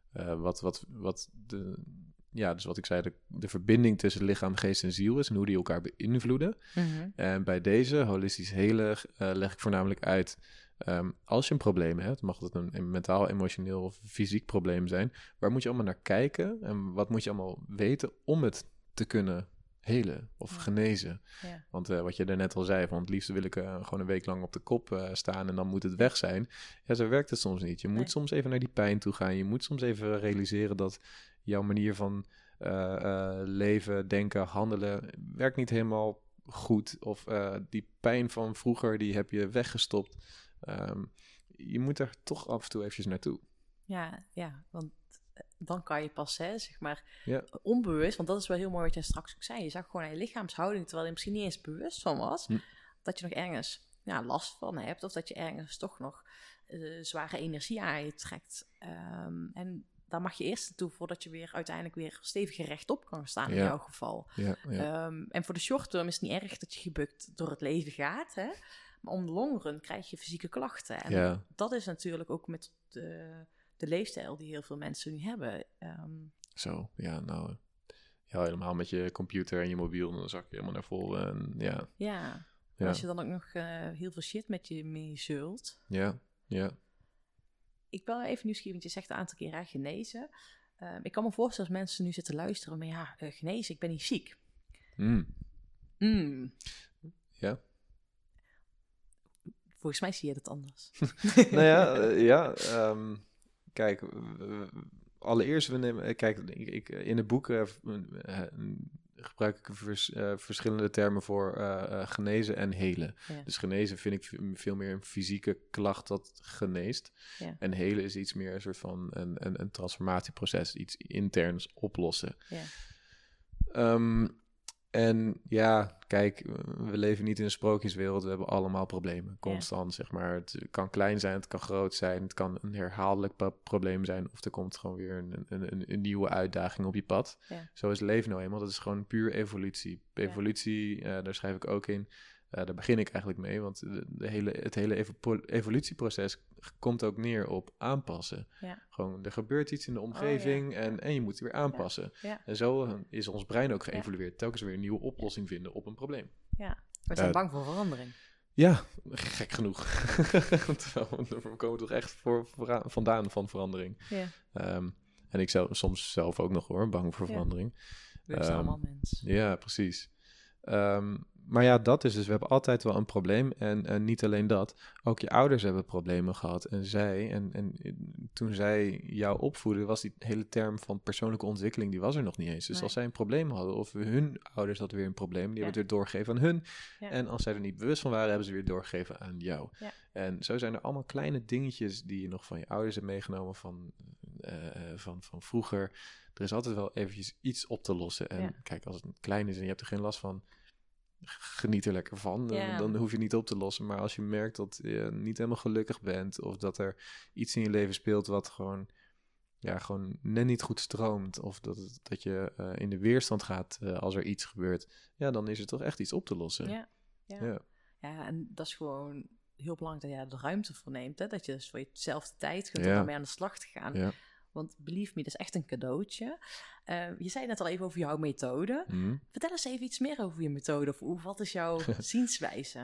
Dus wat ik zei, de verbinding tussen lichaam, geest en ziel is en hoe die elkaar beïnvloeden. Mm-hmm. En bij deze holistisch hele leg ik voornamelijk uit, als je een probleem hebt, mag dat een mentaal, emotioneel of fysiek probleem zijn, waar moet je allemaal naar kijken en wat moet je allemaal weten om het te kunnen helen of genezen. Ja. Want wat je daarnet al zei, van het liefst wil ik gewoon een week lang op de kop staan en dan moet het weg zijn. Ja, zo werkt het soms niet. Je moet soms even naar die pijn toe gaan. Je moet soms even realiseren dat jouw manier van leven, denken, handelen werkt niet helemaal goed. Of die pijn van vroeger, die heb je weggestopt. Je moet er toch af en toe eventjes naartoe. Ja, want dan kan je pas, zeg maar, onbewust, want dat is wel heel mooi wat jij straks ook zei. Je zag gewoon aan je lichaamshouding, terwijl je misschien niet eens bewust van was, dat je nog ergens last van hebt, of dat je ergens toch nog zware energie aan je trekt. En daar mag je eerst naartoe voordat je weer uiteindelijk weer stevig rechtop kan staan in jouw geval. En voor de short term is het niet erg dat je gebukt door het leven gaat, hè? Maar om de long run krijg je fysieke klachten. En dat is natuurlijk ook met de leefstijl die heel veel mensen nu hebben. Helemaal met je computer en je mobiel, dan zak je helemaal naar vol. En als je dan ook nog heel veel shit met je mee zult. Ja. Ik ben even nieuwsgierig, want je zegt een aantal keer genezen. Ik kan me voorstellen als mensen nu zitten luisteren, maar genezen, ik ben niet ziek. Ja. Volgens mij zie je dat anders. Kijk, allereerst, ik in het boek gebruik ik verschillende termen voor genezen en helen. Ja. Dus genezen vind ik veel meer een fysieke klacht dat geneest. Ja. En helen is iets meer een soort van een transformatieproces, iets interns oplossen. Ja. En kijk, we leven niet in een sprookjeswereld. We hebben allemaal problemen, constant, zeg maar. Het kan klein zijn, het kan groot zijn. Het kan een herhaaldelijk probleem zijn. Of er komt gewoon weer een nieuwe uitdaging op je pad. Ja. Zo is het leven nou eenmaal. Dat is gewoon puur evolutie. Evolutie, daar schrijf ik ook in. Daar begin ik eigenlijk mee. Want het hele evolutieproces komt ook neer op aanpassen. Ja. Gewoon, er gebeurt iets in de omgeving en je moet het weer aanpassen. Ja. Ja. En zo is ons brein ook geëvolueerd. Telkens weer een nieuwe oplossing vinden op een probleem. Ja, we zijn bang voor verandering. Ja, gek genoeg. Terwijl we komen toch echt vandaan van verandering. Ja. En ik soms zelf ook nog hoor, bang voor verandering. We zijn allemaal mens. Ja, precies. Maar dat is dus, we hebben altijd wel een probleem. En niet alleen dat, ook je ouders hebben problemen gehad. En toen zij jou opvoeden, was die hele term van persoonlijke ontwikkeling, die was er nog niet eens. Dus als zij een probleem hadden, of hun ouders hadden weer een probleem, die hebben het weer doorgegeven aan hun. Ja. En als zij er niet bewust van waren, hebben ze weer doorgegeven aan jou. Ja. En zo zijn er allemaal kleine dingetjes die je nog van je ouders hebt meegenomen, van vroeger. Er is altijd wel eventjes iets op te lossen. En kijk, als het klein is en je hebt er geen last van, geniet er lekker van. Dan hoef je het niet op te lossen. Maar als je merkt dat je niet helemaal gelukkig bent, of dat er iets in je leven speelt wat gewoon net niet goed stroomt, of dat je in de weerstand gaat als er iets gebeurt, dan is er toch echt iets op te lossen. Ja, en dat is gewoon heel belangrijk dat je er de ruimte voor neemt. Hè? Dat je dus voor jezelf de tijd kunt om daarmee aan de slag te gaan. Ja. Want believe me, dat is echt een cadeautje. Je zei net al even over jouw methode. Vertel eens even iets meer over je methode. Of wat is jouw zienswijze?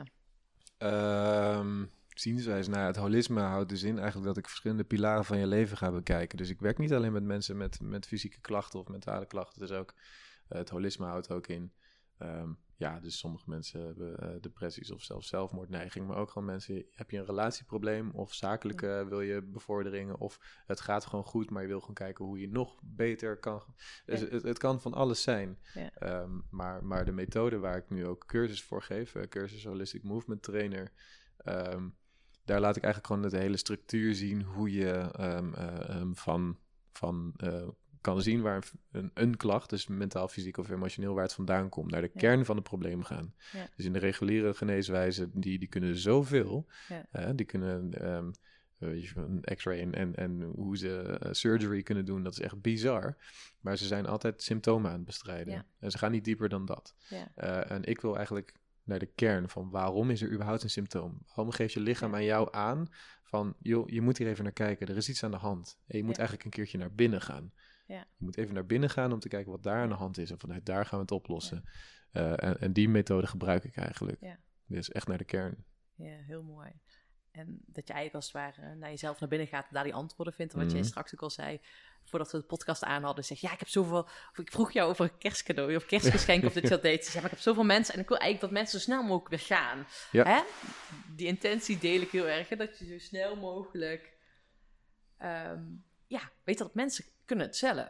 Zienswijze, het holisme houdt dus in eigenlijk dat ik verschillende pilaren van je leven ga bekijken. Dus ik werk niet alleen met mensen met fysieke klachten of mentale klachten. Dus ook het holisme houdt ook in. Dus sommige mensen hebben depressies of zelfs zelfmoordneiging. Maar ook gewoon mensen, heb je een relatieprobleem of zakelijke wil je bevorderingen. Of het gaat gewoon goed, maar je wil gewoon kijken hoe je nog beter kan. Dus het kan van alles zijn. Ja. Maar de methode waar ik nu ook cursus voor geef, cursus Holistic Movement Trainer. Daar laat ik eigenlijk gewoon de hele structuur zien hoe je kan zien waar een klacht, dus mentaal, fysiek of emotioneel, waar het vandaan komt, naar de kern van het probleem gaan. Ja. Dus in de reguliere geneeswijze, die kunnen zoveel. Ja. Die kunnen een x-ray en hoe ze surgery kunnen doen, dat is echt bizar. Maar ze zijn altijd symptomen aan het bestrijden. Ja. En ze gaan niet dieper dan dat. Ja. En ik wil eigenlijk naar de kern van waarom is er überhaupt een symptoom? Waarom geeft je lichaam aan jou aan van, joh, je moet hier even naar kijken, er is iets aan de hand. En je moet eigenlijk een keertje naar binnen gaan. Ja. Je moet even naar binnen gaan om te kijken wat daar aan de hand is. En vanuit daar gaan we het oplossen. Ja. En die methode gebruik ik eigenlijk. Ja. Dus echt naar de kern. Ja, heel mooi. En dat je eigenlijk als het ware naar jezelf naar binnen gaat en daar die antwoorden vindt. En wat jij straks ook al zei, voordat we de podcast aan hadden, zeg ja, ik heb zoveel. Of ik vroeg jou over een kerstcadeau of kerstgeschenk of dat je dat deed. Ze zei, maar ik heb zoveel mensen en ik wil eigenlijk dat mensen zo snel mogelijk weer gaan. Ja. Hè? Die intentie deel ik heel erg, hè? Dat je zo snel mogelijk weet dat mensen kunnen het zelf.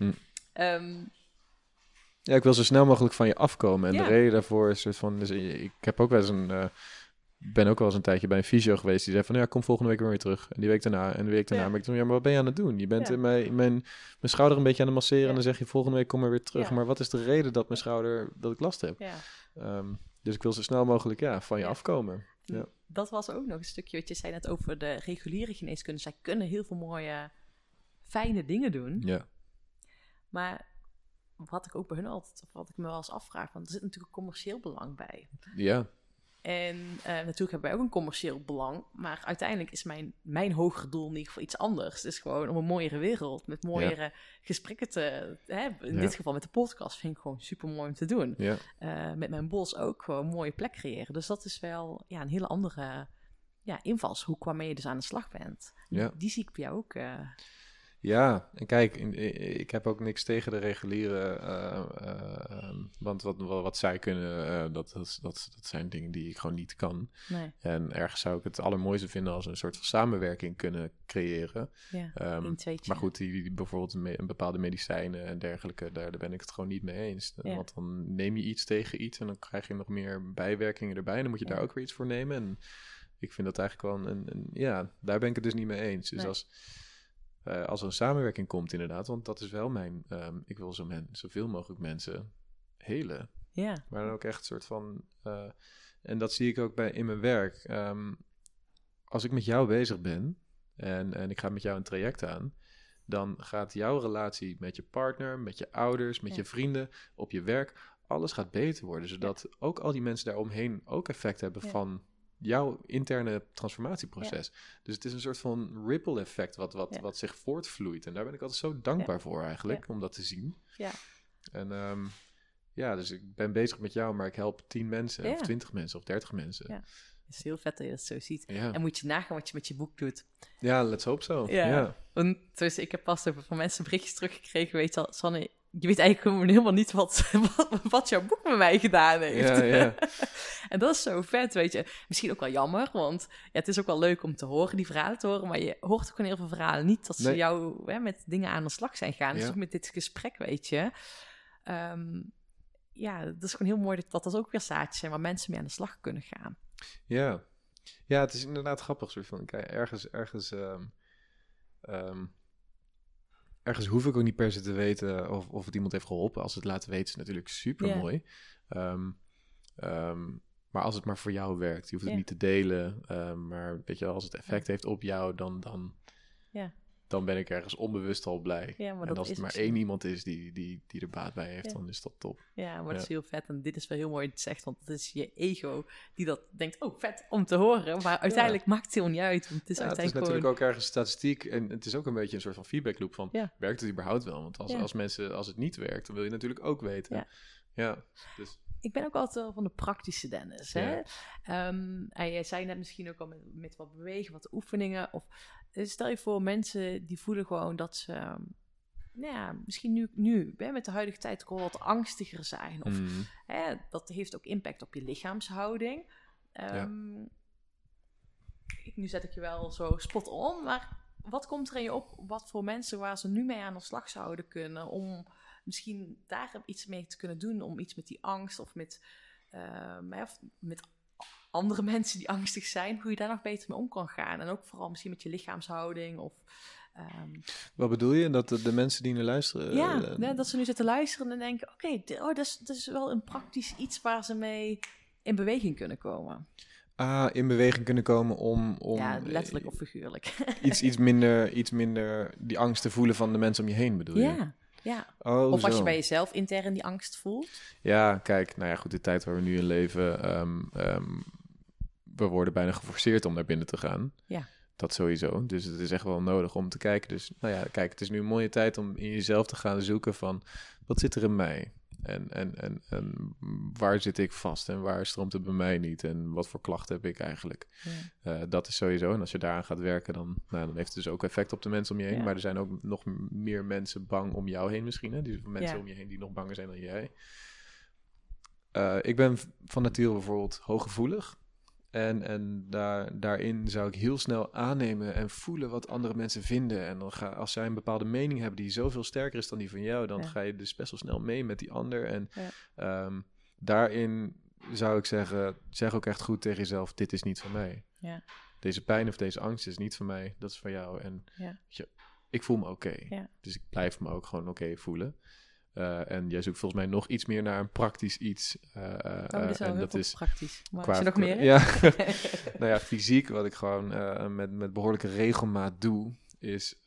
Ik wil zo snel mogelijk van je afkomen. En de reden daarvoor is soort van, dus ik heb ook wel eens ben ook wel eens een tijdje bij een fysio geweest die zei van, ja, kom volgende week weer terug. En die week daarna en de week daarna. Maar ik dacht, maar wat ben je aan het doen? Je bent mijn schouder een beetje aan het masseren en dan zeg je volgende week kom er weer terug. Maar wat is de reden dat mijn schouder, dat ik last heb? Dus ik wil zo snel mogelijk van je afkomen. Ja. Dat was ook nog een stukje wat je zei net over de reguliere geneeskunde. Zij kunnen heel veel mooie, fijne dingen doen. Ja. Maar wat ik ook bij hun altijd, of wat ik me wel eens afvraag, want er zit natuurlijk een commercieel belang bij. Ja. En natuurlijk hebben wij ook een commercieel belang, maar uiteindelijk is mijn hogere doel in ieder geval iets anders. Het is gewoon om een mooiere wereld, met mooiere gesprekken te... in dit geval met de podcast vind ik gewoon super mooi om te doen. Ja. Met mijn bos ook gewoon een mooie plek creëren. Dus dat is wel een hele andere invalshoek waarmee je dus aan de slag bent. Ja. Die zie ik bij jou ook... Ja, en kijk, ik heb ook niks tegen de reguliere, want wat zij kunnen, dat zijn dingen die ik gewoon niet kan. Nee. En ergens zou ik het allermooiste vinden als we een soort van samenwerking kunnen creëren. Ja, maar goed, die bijvoorbeeld een bepaalde medicijnen en dergelijke, daar ben ik het gewoon niet mee eens. Ja. Want dan neem je iets tegen iets en dan krijg je nog meer bijwerkingen erbij en dan moet je daar ook weer iets voor nemen. En ik vind dat eigenlijk wel daar ben ik het dus niet mee eens. Dus als er een samenwerking komt inderdaad, want dat is wel ik wil zoveel mogelijk mensen helen. Ja. Maar dan ook echt een soort van, en dat zie ik ook in mijn werk. Als ik met jou bezig ben en ik ga met jou een traject aan, dan gaat jouw relatie met je partner, met je ouders, met je vrienden, op je werk, alles gaat beter worden. Zodat ook al die mensen daaromheen ook effect hebben van jouw interne transformatieproces. Ja. Dus het is een soort van ripple effect wat zich voortvloeit. En daar ben ik altijd zo dankbaar voor eigenlijk, om dat te zien. Ja. En dus ik ben bezig met jou, maar ik help 10 mensen, of 20 mensen, of 30 mensen. Ja. Het is heel vet dat je dat zo ziet. Ja. En moet je nagaan wat je met je boek doet. Ja, let's hope so. Ja. Dus ik heb pas van mensen berichtjes teruggekregen, weet je al, Sanne, je weet eigenlijk helemaal niet wat jouw boek met mij gedaan heeft. Ja, ja. En dat is zo vet, weet je. Misschien ook wel jammer, want het is ook wel leuk om te horen, die verhalen te horen. Maar je hoort ook in heel veel verhalen niet dat ze jou met dingen aan de slag zijn gaan. Dus ook met dit gesprek, weet je. Dat is gewoon heel mooi dat ook weer zaadjes zijn waar mensen mee aan de slag kunnen gaan. Ja, het is inderdaad grappig. Soort van, kijk, ergens hoef ik ook niet per se te weten of het iemand heeft geholpen. Als het laten weten is natuurlijk super mooi. Maar als het maar voor jou werkt, je hoeft het niet te delen. Maar weet je, als het effect heeft op jou, dan dan ben ik ergens onbewust al blij. Ja, maar en dat als het is maar ook zo. één iemand is die er baat bij heeft, dan is dat top. Ja, maar dat is Ja. heel vet. En dit is wel heel mooi gezegd, want het is je ego die dat denkt, oh, vet om te horen. Maar uiteindelijk maakt het heel niet uit, want het is Ja, het is uiteindelijk natuurlijk gewoon... ook ergens statistiek en het is ook een beetje een soort van feedback loop van, Ja. werkt het überhaupt wel? Want als het niet werkt, dan wil je natuurlijk ook weten. Ja, dus... Ik ben ook altijd wel van de praktische Dennis. Hè? Ja. En jij zei net misschien ook al met wat bewegen, wat oefeningen. Of stel je voor, mensen die voelen gewoon dat ze... misschien nu met de huidige tijd ook al wat angstiger zijn. Of dat heeft ook impact op je lichaamshouding. Nu zet ik je wel zo spot on, maar wat komt er in je op? Wat voor mensen waar ze nu mee aan de slag zouden kunnen om misschien daar iets mee te kunnen doen, om iets met die angst of met andere mensen die angstig zijn, hoe je daar nog beter mee om kan gaan. En ook vooral misschien met je lichaamshouding of... Wat bedoel je? Dat de mensen die nu luisteren... dat ze nu zitten luisteren en denken, oké, dat is wel een praktisch iets waar ze mee in beweging kunnen komen. In beweging kunnen komen om ja, letterlijk of figuurlijk. iets minder die angst te voelen van de mensen om je heen, bedoel je? Ja. Oh, of als zo. je bij jezelf intern die angst voelt. Ja, kijk, nou ja, goed, de tijd waar we nu in leven, we worden bijna geforceerd om naar binnen te gaan. Ja. Dat sowieso. Dus het is echt wel nodig om te kijken. Dus, nou ja, kijk, het is nu een mooie tijd om in jezelf te gaan zoeken van, wat zit er in mij? En waar zit ik vast en waar stroomt het bij mij niet? En wat voor klachten heb ik eigenlijk? Ja. Dat is sowieso. En als je daaraan gaat werken, dan heeft het dus ook effect op de mensen om je heen. Ja. Maar er zijn ook nog meer mensen bang om jou heen misschien. Hè? Dus mensen om je heen die nog banger zijn dan jij. Ik ben van nature bijvoorbeeld hooggevoelig. En daarin zou ik heel snel aannemen en voelen wat andere mensen vinden. En dan als zij een bepaalde mening hebben die zoveel sterker is dan die van jou, dan ga je dus best wel snel mee met die ander. En daarin zou ik zeggen, zeg ook echt goed tegen jezelf, dit is niet van mij. Ja. Deze pijn of deze angst is niet van mij, dat is van jou. En weet je, ik voel me oké. Ja. Dus ik blijf me ook gewoon oké voelen. En jij zoekt volgens mij nog iets meer naar een praktisch iets. En dat is praktisch. Maar is er nog meer? Ja. Nou ja, fysiek, wat ik gewoon met behoorlijke regelmaat doe, is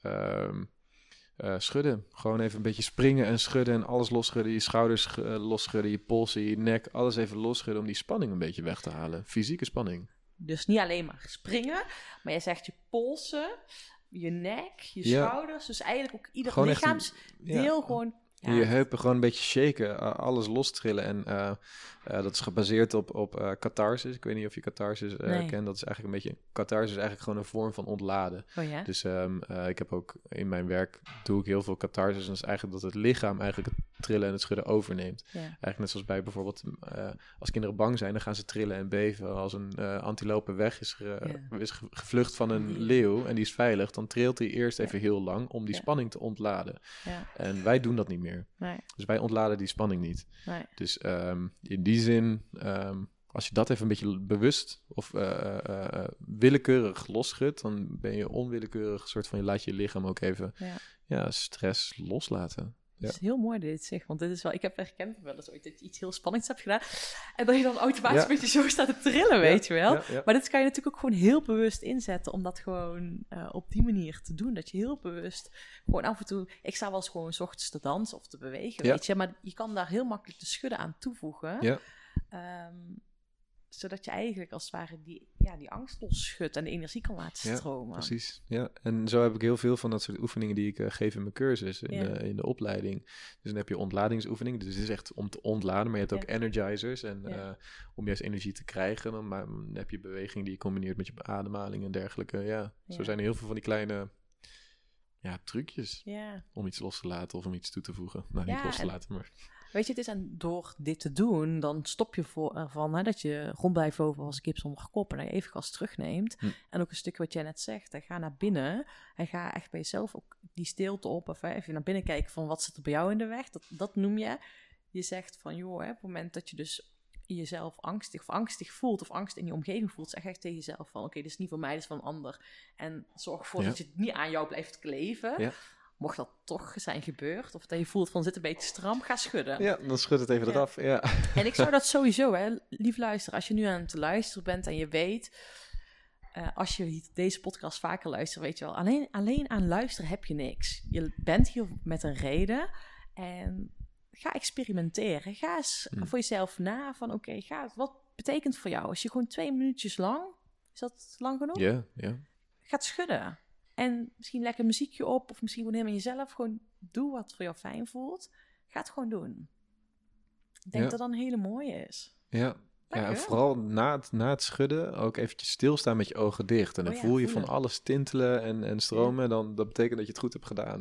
schudden. Gewoon even een beetje springen en schudden en alles losschudden. Je schouders losschudden, je polsen, je nek, alles even losschudden om die spanning een beetje weg te halen. Fysieke spanning. Dus niet alleen maar springen, maar je zegt je polsen, je nek, je schouders. Dus eigenlijk ook ieder gewoon lichaamsdeel gewoon... Ja. Je heupen gewoon een beetje shaken, alles lostrillen. En dat is gebaseerd op catharsis. Ik weet niet of je catharsis kent. Dat is eigenlijk een beetje... Catharsis is eigenlijk gewoon een vorm van ontladen. Oh ja? Dus ik heb ook in mijn werk... doe ik heel veel catharsis. En dat is eigenlijk dat het lichaam eigenlijk het trillen en het schudden overneemt. Ja. Eigenlijk net zoals bij bijvoorbeeld... als kinderen bang zijn, dan gaan ze trillen en beven. Als een antilope weg is gevlucht van een leeuw... en die is veilig, dan trilt hij eerst even heel lang... om die spanning te ontladen. Ja. En wij doen dat niet meer. Nee. Dus wij ontladen die spanning niet. Nee. Dus in die zin, als je dat even een beetje bewust of willekeurig losschudt, dan ben je onwillekeurig soort van, je laat je lichaam ook even stress loslaten. Ja. Het is heel mooi dit zeg, want dit is wel, ik heb herkend wel eens ooit dat je iets heel spannends hebt gedaan en dat je dan automatisch een beetje zo staat te trillen, weet je wel. Ja. Maar dit kan je natuurlijk ook gewoon heel bewust inzetten om dat gewoon op die manier te doen. Dat je heel bewust gewoon af en toe, ik sta wel eens gewoon 's ochtends te dansen of te bewegen, weet je, maar je kan daar heel makkelijk de schudden aan toevoegen. Ja. Zodat je eigenlijk als het ware die angst losschudt en de energie kan laten stromen. Ja, precies. Ja, en zo heb ik heel veel van dat soort oefeningen die ik geef in mijn cursus, in de opleiding. Dus dan heb je ontladingsoefeningen, dus het is echt om te ontladen, maar je hebt ook energizers. En om juist energie te krijgen, dan heb je beweging die je combineert met je ademhaling en dergelijke. Ja, zo zijn er heel veel van die kleine trucjes om iets los te laten of om iets toe te voegen. Nou, niet los te laten, maar... Weet je, het is en door dit te doen, dan stop je ervan dat je rond blijft over als kip zonder kop en dat je even gas terugneemt. En ook een stukje wat jij net zegt, ga naar binnen en ga echt bij jezelf ook die stilte op of even naar binnen kijken van wat zit er bij jou in de weg. Dat noem je. Je zegt van joh, op het moment dat je dus jezelf angstig voelt of angst in je omgeving voelt, zeg echt tegen jezelf van oké, dit is niet voor mij, dit is van een ander. En zorg ervoor dat je het niet aan jou blijft kleven. Ja. Mocht dat toch zijn gebeurd, of dat je voelt van zit een beetje stram, ga schudden. Ja, dan schud het even eraf. Ja. En ik zou dat sowieso, lief luisteren, als je nu aan het luisteren bent en je weet, als je deze podcast vaker luistert, weet je wel, alleen aan luisteren heb je niks. Je bent hier met een reden en ga experimenteren. Ga eens voor jezelf na van oké, wat betekent voor jou? Als je gewoon 2 minuutjes lang, is dat lang genoeg? Ja. Gaat schudden. En misschien lekker muziekje op of misschien gewoon helemaal jezelf. Gewoon doe wat voor jou fijn voelt. Ga het gewoon doen. Ik denk dat dat een hele mooie is. Ja. Ja, en vooral na het schudden ook eventjes stilstaan met je ogen dicht. En dan voel je van alles tintelen en stromen. Dan, dat betekent dat je het goed hebt gedaan.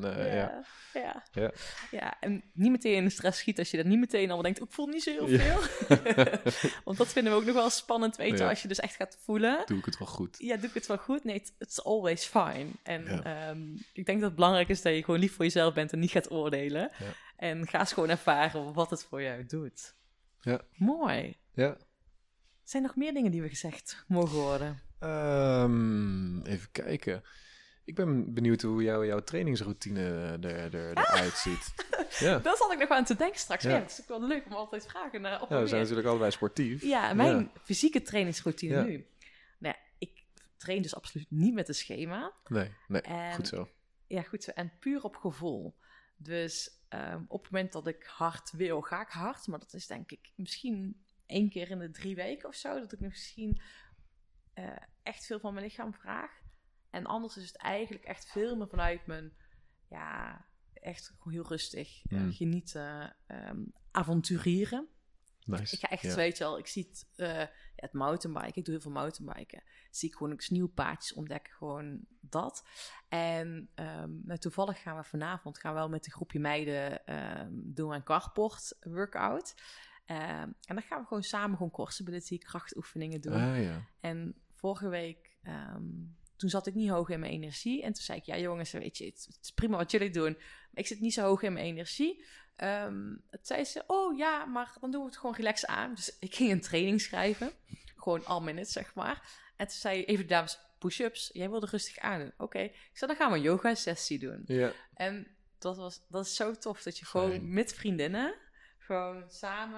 Ja, en niet meteen in de stress schiet als je dat niet meteen al denkt, ik voel niet zo heel veel. Want dat vinden we ook nog wel spannend, weet je, als je dus echt gaat voelen. Doe ik het wel goed? Ja, doe ik het wel goed? Nee, it's always fine. En ik denk dat het belangrijk is dat je gewoon lief voor jezelf bent en niet gaat oordelen. Ja. En ga eens gewoon ervaren wat het voor jou doet. Ja. Mooi. Ja. Zijn er nog meer dingen die we gezegd mogen worden? Even kijken. Ik ben benieuwd hoe jouw trainingsroutine eruit ziet. Ja. Daar zat ik nog aan te denken straks. Ja, het is ook wel leuk om altijd vragen op. Ja, we zijn natuurlijk allebei sportief. Ja, mijn fysieke trainingsroutine nu. Nou, ik train dus absoluut niet met een schema. Nee, goed zo. Ja, goed zo. En puur op gevoel. Dus op het moment dat ik hard wil, ga ik hard. Maar dat is denk ik misschien 1 keer in de 3 weken of zo. Dat ik misschien echt veel van mijn lichaam vraag. En anders is het eigenlijk echt veel meer vanuit mijn, echt gewoon heel rustig genieten, avonturieren. Nice. Ik ga echt, weet je wel, ik zie het mountainbiken, ik doe heel veel mountainbiken. Zie ik gewoon eens nieuwe paadjes ontdekken, gewoon dat. En toevallig gaan we vanavond, wel met een groepje meiden doen we een carport workout. En dan gaan we gewoon samen core stability, krachtoefeningen doen. En vorige week, toen zat ik niet hoog in mijn energie. En toen zei ik, ja jongens, weet je, het is prima wat jullie doen. Maar ik zit niet zo hoog in mijn energie. Het zei ze, oh ja, maar dan doen we het gewoon relax aan. Dus ik ging een training schrijven. Gewoon all minutes, zeg maar. En toen zei even de dames, push-ups. Jij wilde rustig aan doen. Oké. Ik zei, dan gaan we een yoga sessie doen. Ja. En dat is zo tof dat je gewoon met vriendinnen gewoon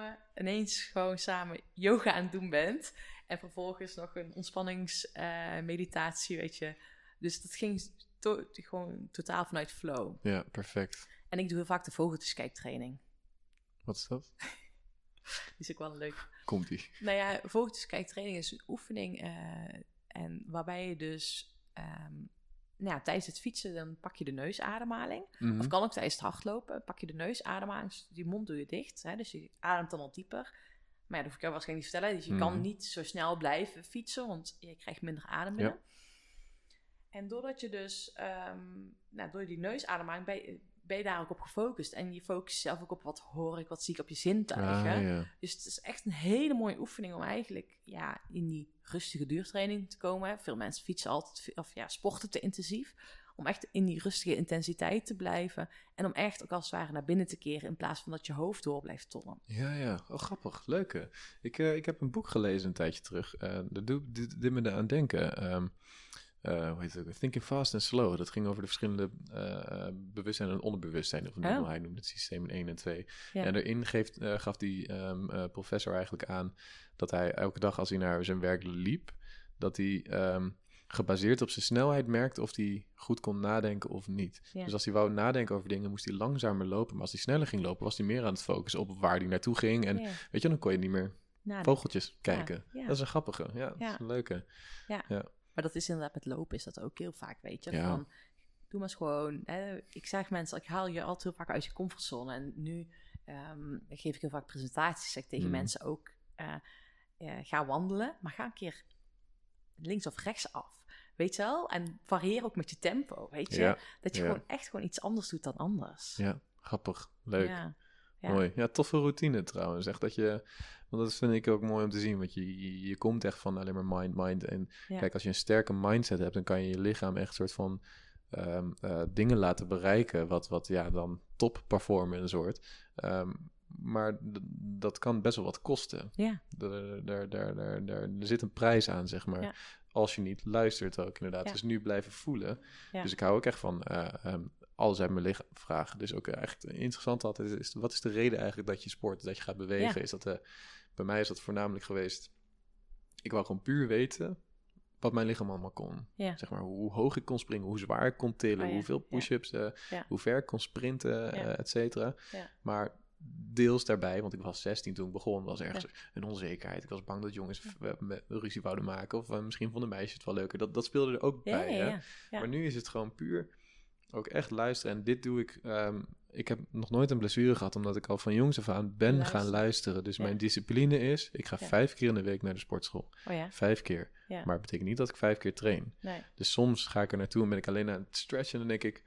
samen yoga aan het doen bent. En vervolgens nog een ontspanningsmeditatie, weet je. Dus dat ging gewoon totaal vanuit flow. Ja, perfect. En ik doe heel vaak de vogeltjeskijktraining. Wat is dat? Die is ook wel leuk. Komt-ie. Nou ja, vogeltjeskijktraining is een oefening en waarbij je dus tijdens het fietsen dan pak je de neusademhaling. Of kan ook tijdens het hardlopen. Pak je de neusademhaling, dus die mond doe je dicht. Hè, dus je ademt dan al dieper. Maar dat hoef ik jou waarschijnlijk niet vertellen. Dus je kan niet zo snel blijven fietsen, want je krijgt minder adem binnen. Ja. En doordat je dus, door die neusademhaling ben je daar ook op gefocust. En je focust zelf ook op wat hoor ik, wat zie ik op je zintuigen. Dus het is echt een hele mooie oefening om eigenlijk in die rustige duurtraining te komen. Veel mensen fietsen altijd, sporten te intensief. Om echt in die rustige intensiteit te blijven. En om echt ook als het ware naar binnen te keren in plaats van dat je hoofd door blijft tollen. Ja. Oh, grappig. Leuk. Ik heb een boek gelezen een tijdje terug. Daar dit me aan denken. Hoe heet het ook? Thinking Fast and Slow. Dat ging over de verschillende bewustzijn en onderbewustzijn. Of hij noemt het systeem 1 en 2. Ja. En daarin gaf die professor eigenlijk aan dat hij elke dag als hij naar zijn werk liep, dat hij gebaseerd op zijn snelheid merkte of hij goed kon nadenken of niet. Ja. Dus als hij wou nadenken over dingen, moest hij langzamer lopen. Maar als hij sneller ging lopen, was hij meer aan het focussen op waar hij naartoe ging. En weet je, dan kon je niet meer vogeltjes kijken. Ja. Dat is een grappige. Ja, dat is een leuke. Ja. Maar dat is inderdaad met lopen is dat ook heel vaak, weet je. Van, doe maar eens gewoon. Ik zeg mensen, ik haal je altijd heel vaak uit je comfortzone. En nu geef ik heel vaak presentaties. Zeg tegen mensen ook, ga wandelen, maar ga een keer links of rechts af. Weet je wel? En varieer ook met je tempo, weet je. Dat je gewoon echt iets anders doet dan anders. Ja, grappig. Leuk. Ja. Mooi. Ja, toffe routine trouwens. Echt dat je... Want dat vind ik ook mooi om te zien. Want je komt echt van alleen maar mind. En kijk, als je een sterke mindset hebt, dan kan je je lichaam echt soort van dingen laten bereiken. Wat dan top performen een soort. Maar dat kan best wel wat kosten. Ja. Er zit een prijs aan, zeg maar. Ja. Als je niet luistert ook, inderdaad. Ja. Dus nu blijven voelen. Ja. Dus ik hou ook echt van alles uit mijn lichaam vragen. Dus ook echt interessant altijd is, wat is de reden eigenlijk dat je sport, dat je gaat bewegen? Ja. Is dat, bij mij is dat voornamelijk geweest, ik wou gewoon puur weten, wat mijn lichaam allemaal kon. Ja. Zeg maar hoe hoog ik kon springen, hoe zwaar ik kon tillen, hoeveel push-ups, hoe ver ik kon sprinten, et cetera. Ja. Maar deels daarbij, want ik was 16 toen ik begon, was ergens een onzekerheid. Ik was bang dat jongens ruzie wouden maken of misschien vonden meisjes het wel leuker. Dat speelde er ook bij. Ja. Maar nu is het gewoon puur ook echt luisteren. En dit doe ik... ik heb nog nooit een blessure gehad, omdat ik al van jongs af aan ben gaan luisteren. Dus mijn discipline is, ik ga 5 keer in de week naar de sportschool. 5 keer. Ja. Maar het betekent niet dat ik 5 keer train. Nee. Dus soms ga ik er naartoe en ben ik alleen aan het stretchen en dan denk ik...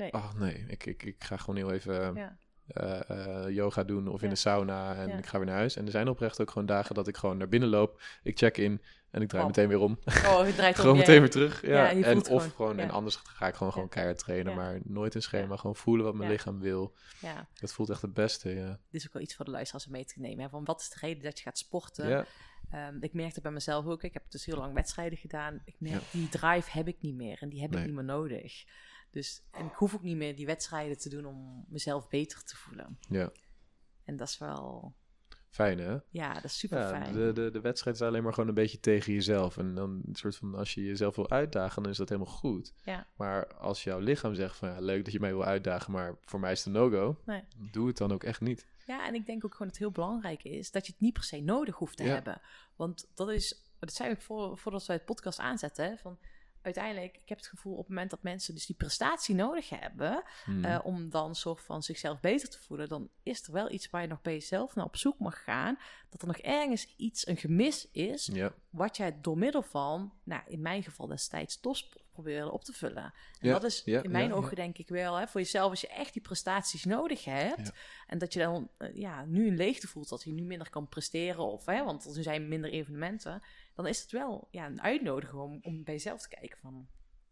ik ga gewoon heel even... yoga doen of in de sauna en ik ga weer naar huis. En er zijn oprecht ook gewoon dagen dat ik gewoon naar binnen loop, ik check in en ik draai meteen weer om. Je draait gewoon meteen weer terug. Ja. En gewoon. En anders ga ik gewoon keihard trainen, maar nooit een schema. Gewoon voelen wat mijn lichaam wil. Ja. Dat voelt echt het beste, Dit is ook wel iets voor de luisteraars om mee te nemen. Hè? Van wat is de reden dat je gaat sporten? Ja. Ik merkte bij mezelf ook, ik heb dus heel lang wedstrijden gedaan. Ik merk, die drive heb ik niet meer en die heb ik niet meer nodig. Dus, en ik hoef ook niet meer die wedstrijden te doen om mezelf beter te voelen. Ja. En dat is wel... Fijn, hè? Ja, dat is super fijn. De wedstrijd is alleen maar gewoon een beetje tegen jezelf. En dan een soort van, als je jezelf wil uitdagen, dan is dat helemaal goed. Ja. Maar als jouw lichaam zegt van, leuk dat je mij wil uitdagen, maar voor mij is het een no-go. Nee. Doe het dan ook echt niet. Ja, en ik denk ook gewoon dat het heel belangrijk is dat je het niet per se nodig hoeft te hebben. Want dat zei ik voordat we het podcast aanzetten, hè, van... Uiteindelijk, ik heb het gevoel op het moment dat mensen dus die prestatie nodig hebben... om dan een soort van zichzelf beter te voelen... dan is er wel iets waar je nog bij jezelf naar op zoek mag gaan... dat er nog ergens een gemis is... wat jij door middel van, in mijn geval destijds... topsport probeerde op te vullen. En dat is in mijn ogen denk ik wel... Hè, voor jezelf, als je echt die prestaties nodig hebt... en dat je dan nu een leegte voelt... dat je nu minder kan presteren... of want er zijn minder evenementen... dan is het wel een uitnodiging om bij jezelf te kijken van...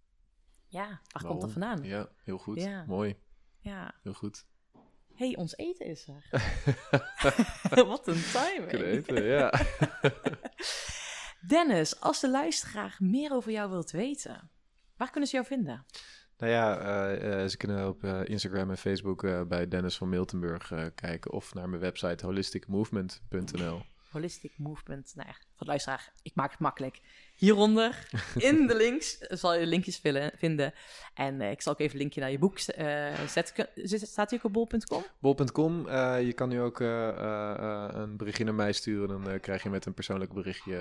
waar komt dat vandaan? Ja, heel goed. Ja. Mooi. Ja. Heel goed. Hey, ons eten is er. Wat een timing. Kunnen eten, ja. Dennis, als de luisteraar meer over jou wilt weten... waar kunnen ze jou vinden? Nou ja, ze kunnen op Instagram en Facebook bij Dennis van Miltenburg kijken... of naar mijn website holisticmovement.nl. Holistic Movement. Nou ja, voor de luisteraar, ik maak het makkelijk. Hieronder, in de links, zal je linkjes vinden. En ik zal ook even een linkje naar je boek zetten. Staat hij ook op bol.com? Bol.com. Je kan nu ook een berichtje naar mij sturen. Dan krijg je met een persoonlijk berichtje.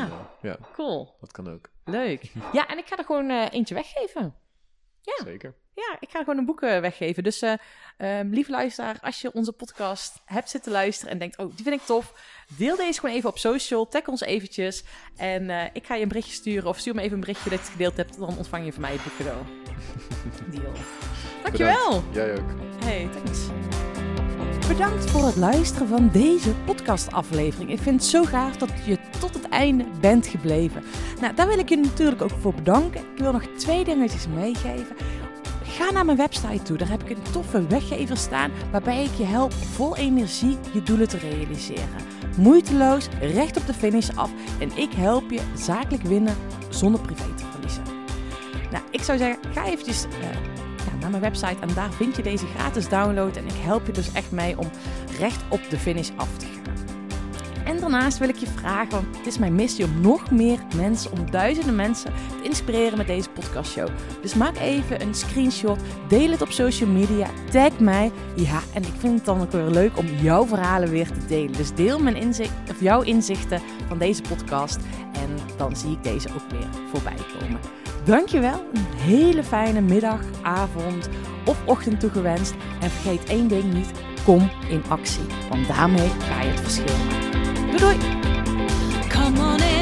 Cool. Dat kan ook. Leuk. Ja, en ik ga er gewoon eentje weggeven. Ja. Zeker. Ja, ik ga gewoon een boek weggeven. Dus lieve luisteraar, als je onze podcast hebt zitten luisteren en denkt, die vind ik tof, deel deze gewoon even op social, tag ons eventjes en ik ga je een berichtje sturen of stuur me even een berichtje dat je het gedeeld hebt, dan ontvang je van mij het boek cadeau. Deal. Dankjewel. Bedankt. Jij ook. Hey, thanks. Bedankt voor het luisteren van deze podcastaflevering. Ik vind het zo gaaf dat je tot het einde bent gebleven. Nou, daar wil ik je natuurlijk ook voor bedanken. Ik wil nog 2 dingetjes meegeven. Ga naar mijn website toe. Daar heb ik een toffe weggever staan waarbij ik je help vol energie je doelen te realiseren. Moeiteloos, recht op de finish af en ik help je zakelijk winnen zonder privé te verliezen. Nou, ik zou zeggen, ga eventjes naar mijn website en daar vind je deze gratis download en ik help je dus echt mee om recht op de finish af te gaan. En daarnaast wil ik je vragen, want het is mijn missie om nog meer mensen, om duizenden mensen te inspireren met deze podcastshow. Dus maak even een screenshot, deel het op social media, tag mij. Ja, en ik vind het dan ook weer leuk om jouw verhalen weer te delen. Dus deel jouw inzichten van deze podcast en dan zie ik deze ook weer voorbij komen. Dankjewel, een hele fijne middag, avond of ochtend toegewenst. En vergeet 1 ding niet, kom in actie, want daarmee ga je het verschil maken. Doei doei! Come on in.